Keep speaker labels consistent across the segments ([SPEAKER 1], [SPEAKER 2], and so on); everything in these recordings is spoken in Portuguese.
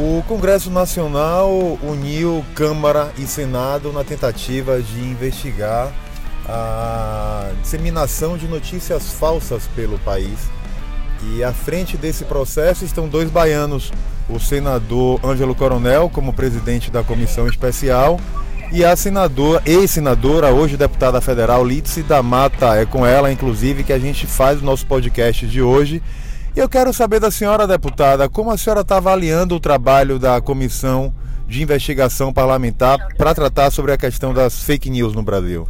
[SPEAKER 1] O Congresso Nacional uniu Câmara e Senado na tentativa de investigar a disseminação de notícias falsas pelo país. E à frente desse processo estão dois baianos, o senador Ângelo Coronel, como presidente da comissão especial, e a ex-senadora, hoje deputada federal, Lídice da Mata. É com ela, inclusive, que a gente faz o nosso podcast de hoje. E eu quero saber da senhora deputada, como a senhora está avaliando o trabalho da Comissão de Investigação Parlamentar para tratar sobre a questão das fake news no Brasil?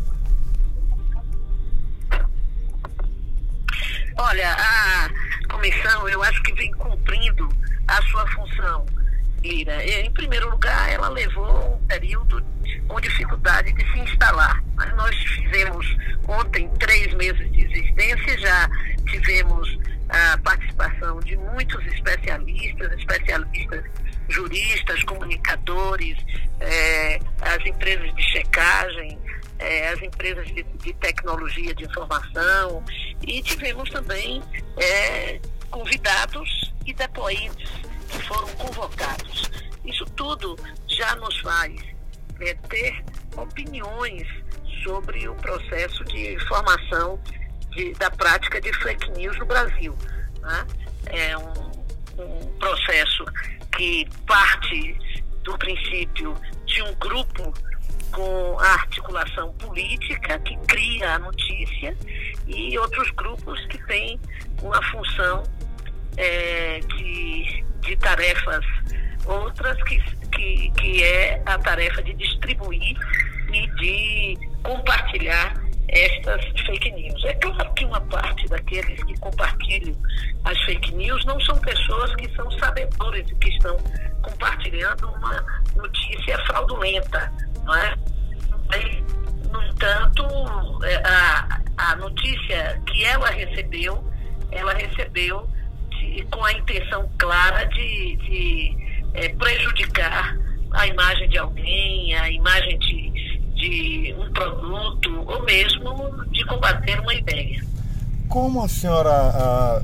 [SPEAKER 2] Olha, a comissão, eu acho que vem cumprindo a sua função, Lira. Em primeiro lugar, ela levou um período com dificuldade de se instalar. Mas nós fizemos ontem 3 meses de existência, já tivemos a participação de muitos especialistas juristas, comunicadores, as empresas de checagem, as empresas de tecnologia de informação, e tivemos também convidados e depoentes que foram convocados. Isso tudo já nos faz ter opiniões sobre o processo de formação da prática de fake news no Brasil, né? É um processo que parte do princípio de um grupo com a articulação política que cria a notícia e outros grupos que têm uma função de tarefas outras que é a tarefa de distribuir e de compartilhar estas fake news. É claro que uma parte daqueles que compartilham as fake news não são pessoas que são sabedores e que estão compartilhando uma notícia fraudulenta, não é? No entanto, a notícia que ela recebeu com a intenção clara de prejudicar a imagem de alguém, a imagem de um produto, ou mesmo de combater uma ideia.
[SPEAKER 1] Como a senhora,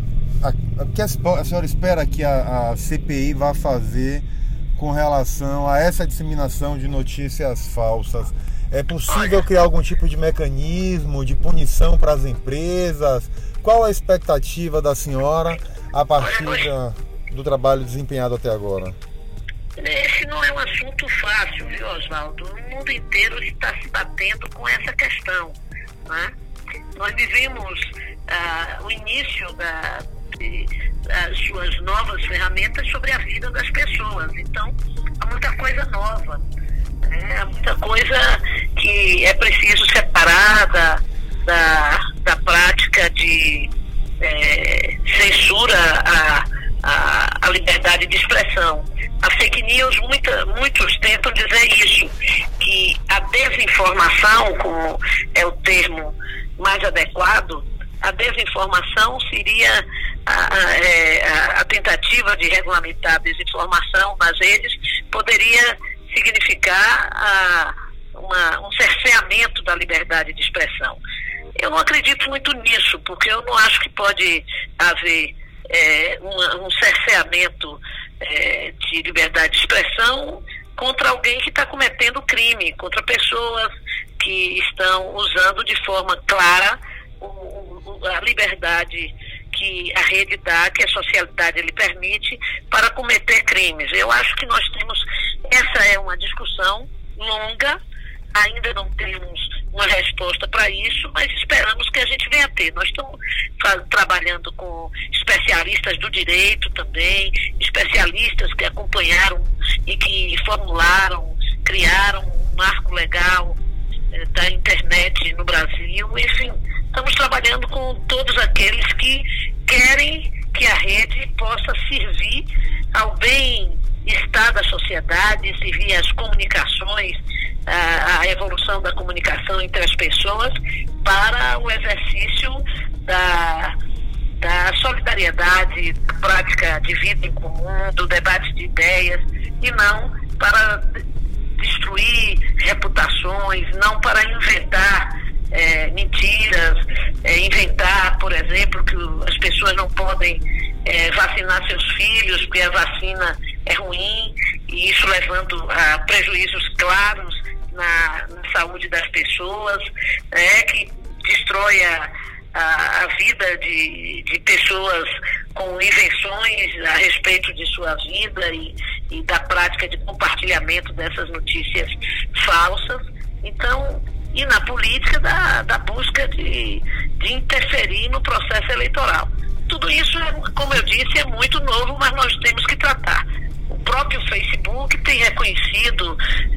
[SPEAKER 1] a senhora espera que a CPI vá fazer com relação a essa disseminação de notícias falsas? É possível criar algum tipo de mecanismo de punição para as empresas? Qual a expectativa da senhora a partir do trabalho desempenhado até agora?
[SPEAKER 2] Esse não é um assunto fácil, viu, Oswaldo? O mundo inteiro está se batendo com essa questão, né? Nós vivemos o início das suas novas ferramentas sobre a vida das pessoas. Então, há muita coisa nova, né? Há muita coisa que é preciso separar da prática de censura à liberdade de expressão. A fake news, muitos tentam dizer isso, que a desinformação, como é o termo mais adequado, a desinformação seria a tentativa de regulamentar a desinformação nas redes, poderia significar um cerceamento da liberdade de expressão. Eu não acredito muito nisso, porque eu não acho que pode haver um cerceamento de liberdade de expressão contra alguém que está cometendo crime, contra pessoas que estão usando de forma clara a liberdade que a rede dá, que a sociedade lhe permite para cometer crimes. Eu acho que nós temos, essa é uma discussão longa, ainda não temos uma resposta para isso, mas esperamos que a gente venha a ter. Nós estamos trabalhando com especialistas do direito também, especialistas que acompanharam e que formularam, criaram um marco legal da internet no Brasil. Enfim, estamos trabalhando com todos aqueles que querem que a rede possa servir ao bem-estar da sociedade, servir às comunicações, a evolução da comunicação entre as pessoas, para o exercício da solidariedade, da prática de vida em comum, do debate de ideias, e não para destruir reputações, não para inventar mentiras, inventar, por exemplo, que as pessoas não podem vacinar seus filhos porque a vacina é ruim. e isso levando a prejuízos claros na saúde das pessoas, que destrói a vida de pessoas com invenções a respeito de sua vida e da prática de compartilhamento dessas notícias falsas. Então, e na política da busca de interferir no processo eleitoral. Tudo isso, como eu disse, é muito novo, mas nós temos que tratar. O próprio Facebook tem reconhecido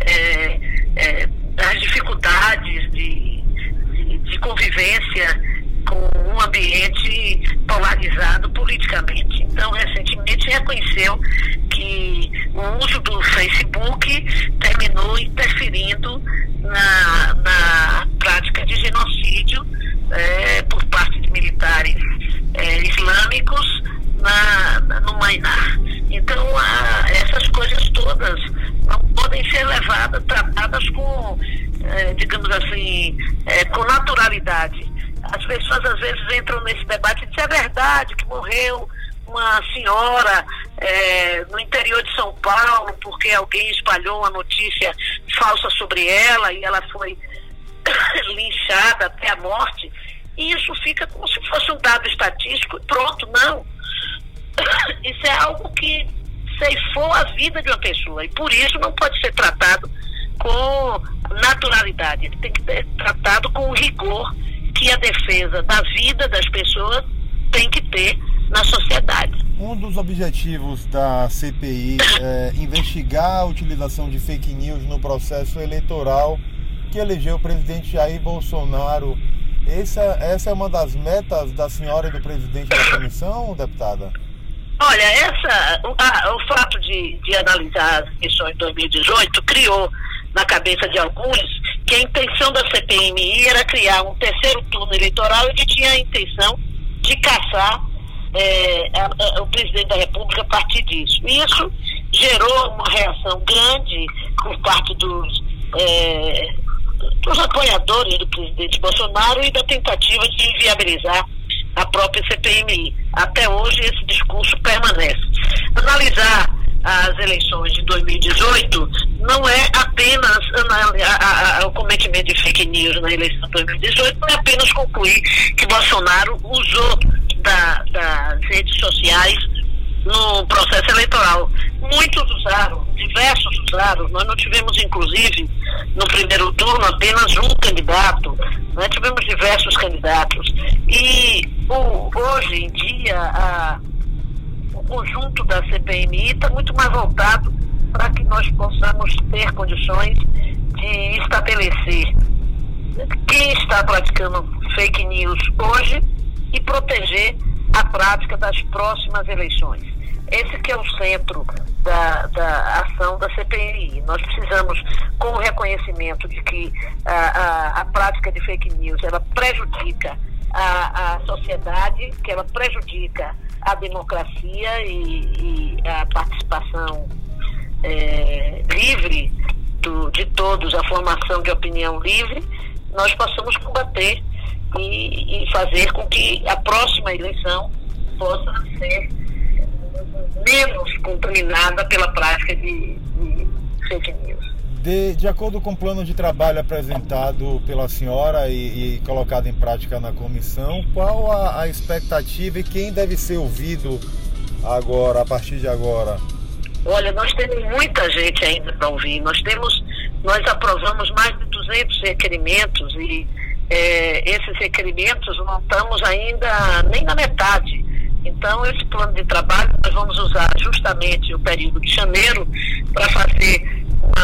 [SPEAKER 2] as dificuldades de convivência com um ambiente polarizado politicamente. Então, recentemente reconheceu que o uso do Facebook terminou interferindo na prática de genocídio por parte de militares islâmicos no Myanmar. Então, essas coisas todas não podem ser tratadas com, digamos assim, com naturalidade. As pessoas às vezes entram nesse debate e dizem, é verdade que morreu uma senhora no interior de São Paulo porque alguém espalhou uma notícia falsa sobre ela e ela foi linchada até a morte. E isso fica como se fosse um dado estatístico e pronto, não. Isso é algo que ceifou a vida de uma pessoa e por isso não pode ser tratado com naturalidade. Ele tem que ser tratado com o rigor que a defesa da vida das pessoas tem que ter na sociedade.
[SPEAKER 1] Um dos objetivos da CPI é investigar a utilização de fake news no processo eleitoral que elegeu o presidente Jair Bolsonaro. Essa é uma das metas da senhora e do presidente da comissão, deputada?
[SPEAKER 2] Olha, o fato de analisar as eleições de 2018 criou na cabeça de alguns que a intenção da CPMI era criar um terceiro turno eleitoral e que tinha a intenção de caçar o presidente da República a partir disso. E isso gerou uma reação grande por parte dos apoiadores do presidente Bolsonaro e da tentativa de inviabilizar a própria CPMI. Até hoje esse discurso permanece. Analisar as eleições de 2018 não é apenas o cometimento de fake news na eleição de 2018, não é apenas concluir que Bolsonaro usou das redes sociais no processo eleitoral. Muitos usaram, diversos usaram. Nós não tivemos, inclusive, no primeiro turno apenas um candidato, nós tivemos diversos candidatos. E hoje em dia o conjunto da CPMI está muito mais voltado para que nós possamos ter condições de estabelecer quem está praticando fake news hoje e proteger a prática das próximas eleições. Esse que é o centro da ação da CPMI. Nós precisamos, com o reconhecimento de que a prática de fake news ela prejudica a sociedade, que ela prejudica a democracia e a participação livre de todos, a formação de opinião livre, nós possamos combater e fazer com que a próxima eleição possa ser menos contaminada pela prática de fake news.
[SPEAKER 1] De acordo com o plano de trabalho apresentado pela senhora e colocado em prática na comissão, qual a expectativa e quem deve ser ouvido agora, a partir de agora?
[SPEAKER 2] Olha, nós temos muita gente ainda para ouvir. Nós aprovamos mais de 200 requerimentos e esses requerimentos não estamos ainda nem na metade. Então, esse plano de trabalho nós vamos usar justamente o período de janeiro para fazer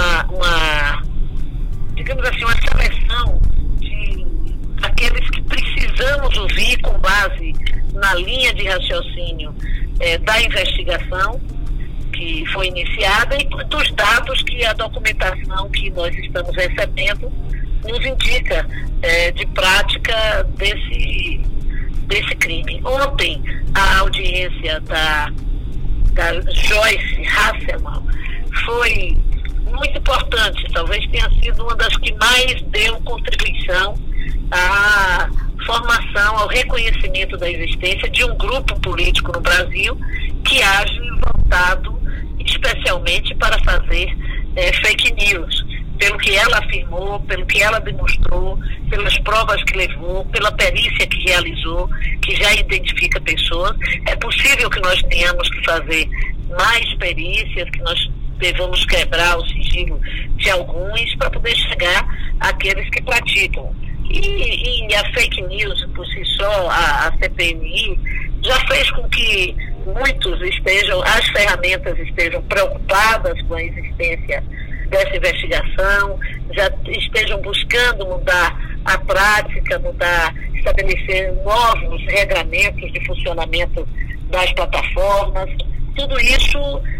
[SPEAKER 2] digamos assim, uma seleção daqueles que precisamos ouvir com base na linha de raciocínio da investigação que foi iniciada e dos dados que a documentação que nós estamos recebendo nos indica de prática desse crime. Ontem, a audiência da Joyce Hasselmann foi muito importante, talvez tenha sido uma das que mais deu contribuição à formação, ao reconhecimento da existência de um grupo político no Brasil que age voltado especialmente para fazer fake news, pelo que ela afirmou, pelo que ela demonstrou, pelas provas que levou, pela perícia que realizou, que já identifica pessoas. É possível que nós tenhamos que fazer mais perícias, que nós devamos quebrar o sigilo de alguns para poder chegar àqueles que praticam. E a fake news por si só, a CPMI, já fez com que muitos as ferramentas estejam preocupadas com a existência dessa investigação, já estejam buscando mudar a prática, estabelecer novos regramentos de funcionamento das plataformas. Tudo isso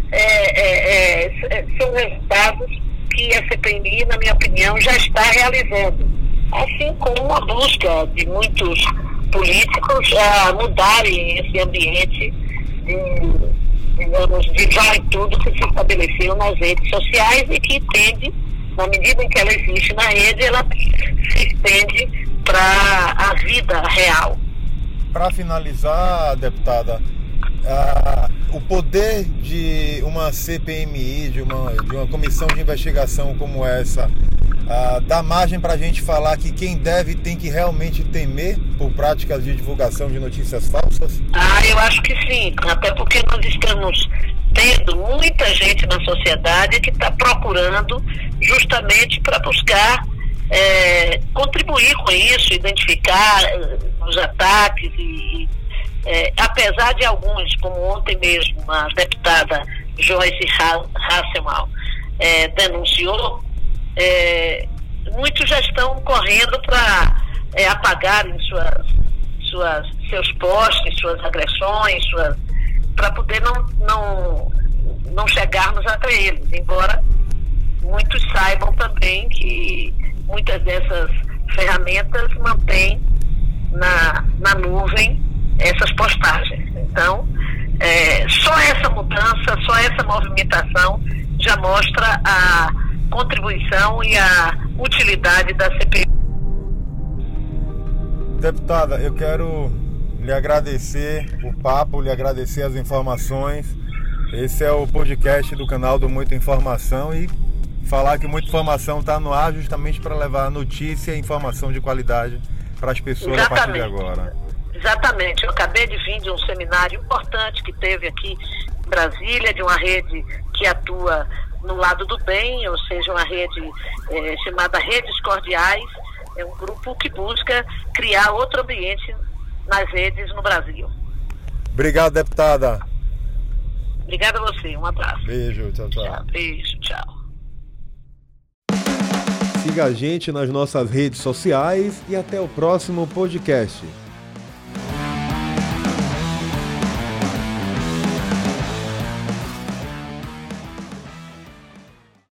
[SPEAKER 2] são resultados que a CPMI, na minha opinião, já está realizando. Assim como a busca de muitos políticos a mudarem esse ambiente de vale tudo que se estabeleceu nas redes sociais e que tende, na medida em que ela existe na rede, ela se estende para a vida real.
[SPEAKER 1] Para finalizar, deputada, o poder de uma CPMI, de uma comissão de investigação como essa, dá margem para a gente falar que quem tem que realmente temer por práticas de divulgação de notícias falsas?
[SPEAKER 2] Eu acho que sim, até porque nós estamos tendo muita gente na sociedade que está procurando justamente para buscar contribuir com isso, identificar os ataques e apesar de alguns, como ontem mesmo a deputada Joyce Hasselmann denunciou, muitos já estão correndo para apagarem seus posts, suas agressões, para poder não chegarmos até eles, embora muitos saibam também que muitas dessas ferramentas mantêm na nuvem essas postagens. Então, só essa mudança, só essa movimentação já mostra a contribuição e a utilidade da CPMI.
[SPEAKER 1] Deputada, eu quero lhe agradecer o papo, lhe agradecer as informações. Esse é o podcast do canal do Muita Informação e falar que Muita Informação está no ar justamente para levar notícia e informação de qualidade para as pessoas. Exatamente. A partir de agora.
[SPEAKER 2] Exatamente. Eu acabei de vir de um seminário importante que teve aqui em Brasília, de uma rede que atua no lado do bem, ou seja, uma rede chamada Redes Cordiais. É um grupo que busca criar outro ambiente nas redes no Brasil.
[SPEAKER 1] Obrigado, deputada.
[SPEAKER 2] Obrigada a você. Um abraço.
[SPEAKER 1] Beijo. Tchau.
[SPEAKER 2] Beijo. Tchau.
[SPEAKER 1] Siga a gente nas nossas redes sociais e até o próximo podcast.